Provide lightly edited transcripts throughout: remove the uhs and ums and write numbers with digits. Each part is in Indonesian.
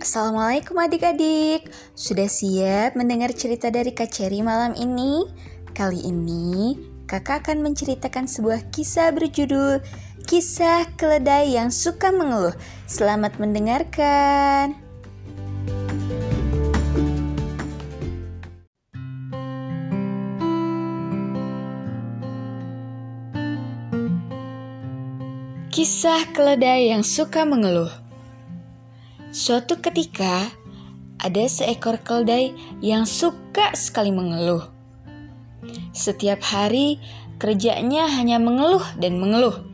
Assalamualaikum adik-adik. Sudah siap mendengar cerita dari Kak Cherry malam ini? Kali ini kakak akan menceritakan sebuah kisah berjudul Kisah Keledai yang Suka Mengeluh. Selamat mendengarkan. Kisah Keledai yang Suka Mengeluh. Suatu ketika, ada seekor keledai yang suka sekali mengeluh. Setiap hari, kerjanya hanya mengeluh dan mengeluh.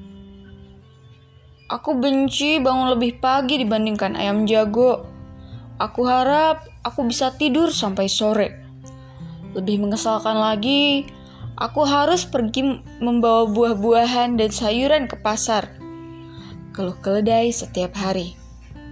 Aku benci bangun lebih pagi dibandingkan ayam jago. Aku harap aku bisa tidur sampai sore. Lebih mengesalkan lagi, aku harus pergi membawa buah-buahan dan sayuran ke pasar. Keluh keledai setiap hari.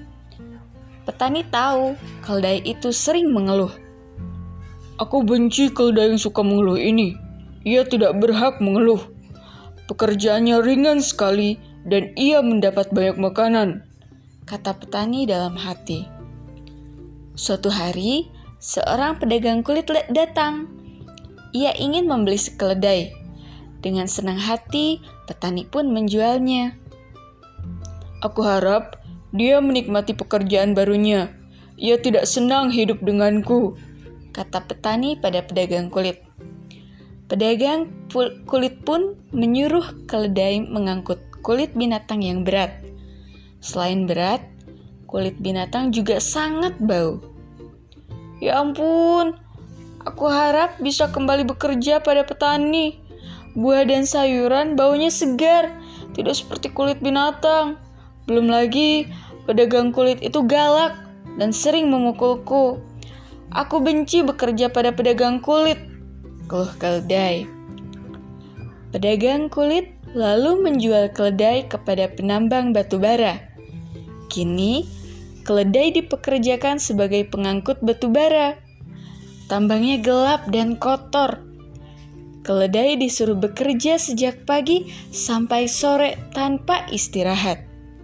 Petani tahu keledai itu sering mengeluh. Aku benci keledai yang suka mengeluh ini. Ia tidak berhak mengeluh. Pekerjaannya ringan sekali dan ia mendapat banyak makanan, kata petani dalam hati. Suatu hari, seorang pedagang kulit datang. Ia ingin membeli sekeledai. Dengan senang hati, petani pun menjualnya. Aku harap dia menikmati pekerjaan barunya. Ia tidak senang hidup denganku, kata petani pada pedagang kulit. Pedagang kulit pun menyuruh keledai mengangkut kulit binatang yang berat. Selain berat, kulit binatang juga sangat bau. Ya ampun, aku harap bisa kembali bekerja pada petani. Buah dan sayuran baunya segar, tidak seperti kulit binatang. Belum lagi, pedagang kulit itu galak dan sering memukulku. Aku benci bekerja pada pedagang kulit, keluh keledai. Pedagang kulit lalu menjual keledai kepada penambang batu bara. Kini, keledai dipekerjakan sebagai pengangkut batu bara. Tambangnya gelap dan kotor. Keledai disuruh bekerja sejak pagi sampai sore tanpa istirahat.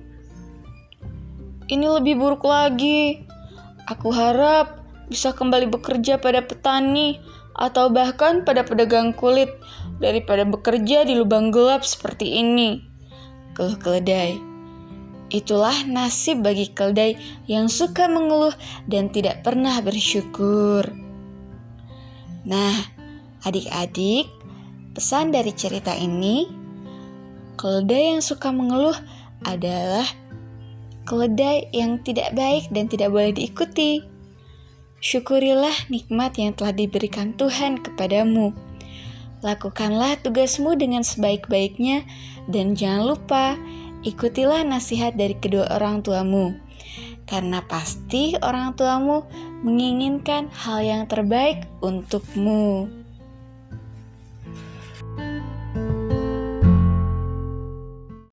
Ini lebih buruk lagi. Aku harap bisa kembali bekerja pada petani atau bahkan pada pedagang kulit daripada bekerja di lubang gelap seperti ini, keluh keledai. Itulah nasib bagi keledai yang suka mengeluh dan tidak pernah bersyukur. Nah, adik-adik, pesan dari cerita ini, keledai yang suka mengeluh adalah keledai yang tidak baik dan tidak boleh diikuti. Syukurilah nikmat yang telah diberikan Tuhan kepadamu. Lakukanlah tugasmu dengan sebaik-baiknya dan jangan lupa ikutilah nasihat dari kedua orang tuamu. Karena pasti orang tuamu menginginkan hal yang terbaik untukmu.